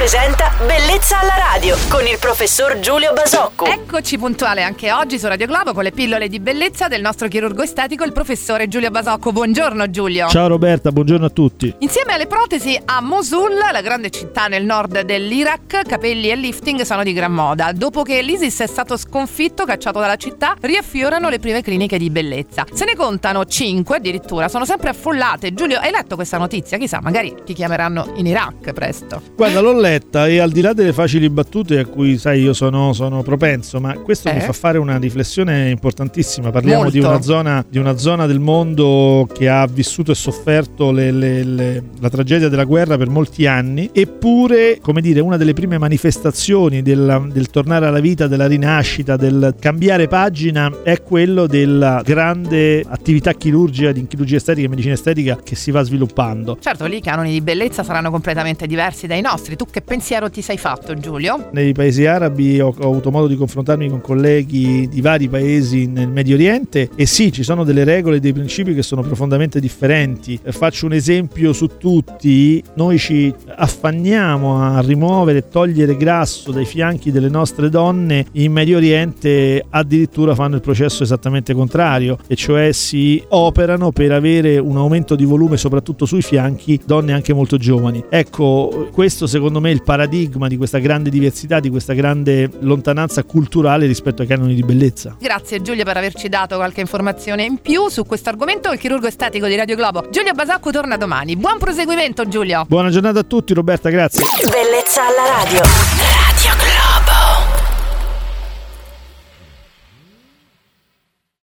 presenta Bellezza alla radio con il professor Giulio Basocco. Eccoci puntuale anche oggi su Radio Globo con le pillole di bellezza del nostro chirurgo estetico, il professore Giulio Basocco. Buongiorno Giulio. Ciao Roberta, buongiorno a tutti. Insieme alle protesi a Mosul, la grande città nel nord dell'Iraq, capelli e lifting sono di gran moda. Dopo che l'ISIS è stato sconfitto, cacciato dalla città, riaffiorano le prime cliniche di bellezza. Se ne contano 5 addirittura, sono sempre affollate. Giulio, hai letto questa notizia? Chissà, magari ti chiameranno in Iraq presto. Guarda, l'ho letta e al di là delle facili battute a cui sai io sono propenso, ma questo mi fa fare una riflessione importantissima. Parliamo di una zona del mondo che ha vissuto e sofferto la tragedia della guerra per molti anni, eppure, come dire, una delle prime manifestazioni del tornare alla vita, della rinascita, del cambiare pagina è quello della grande attività chirurgica, di chirurgia estetica e medicina estetica che si va sviluppando. Certo, lì i canoni di bellezza saranno completamente diversi dai nostri. Tu che pensiero ti sei fatto, Giulio? Nei paesi arabi ho avuto modo di confrontarmi con colleghi di vari paesi nel Medio Oriente e sì, ci sono delle regole e dei principi che sono profondamente differenti. Faccio un esempio su tutti: noi ci affanniamo a rimuovere e togliere grasso dai fianchi delle nostre donne. In Medio Oriente addirittura fanno il processo esattamente contrario, e cioè si operano per avere un aumento di volume soprattutto sui fianchi, donne anche molto giovani. Ecco, questo secondo me è il paradigma di questa grande diversità, di questa grande lontananza culturale rispetto ai canoni di bellezza. Grazie Giulio per averci dato qualche informazione in più su questo argomento. Il chirurgo estetico di Radio Globo Giulio Basocco torna domani. Buon proseguimento Giulio. Buona giornata a tutti Roberta, grazie. Bellezza alla radio.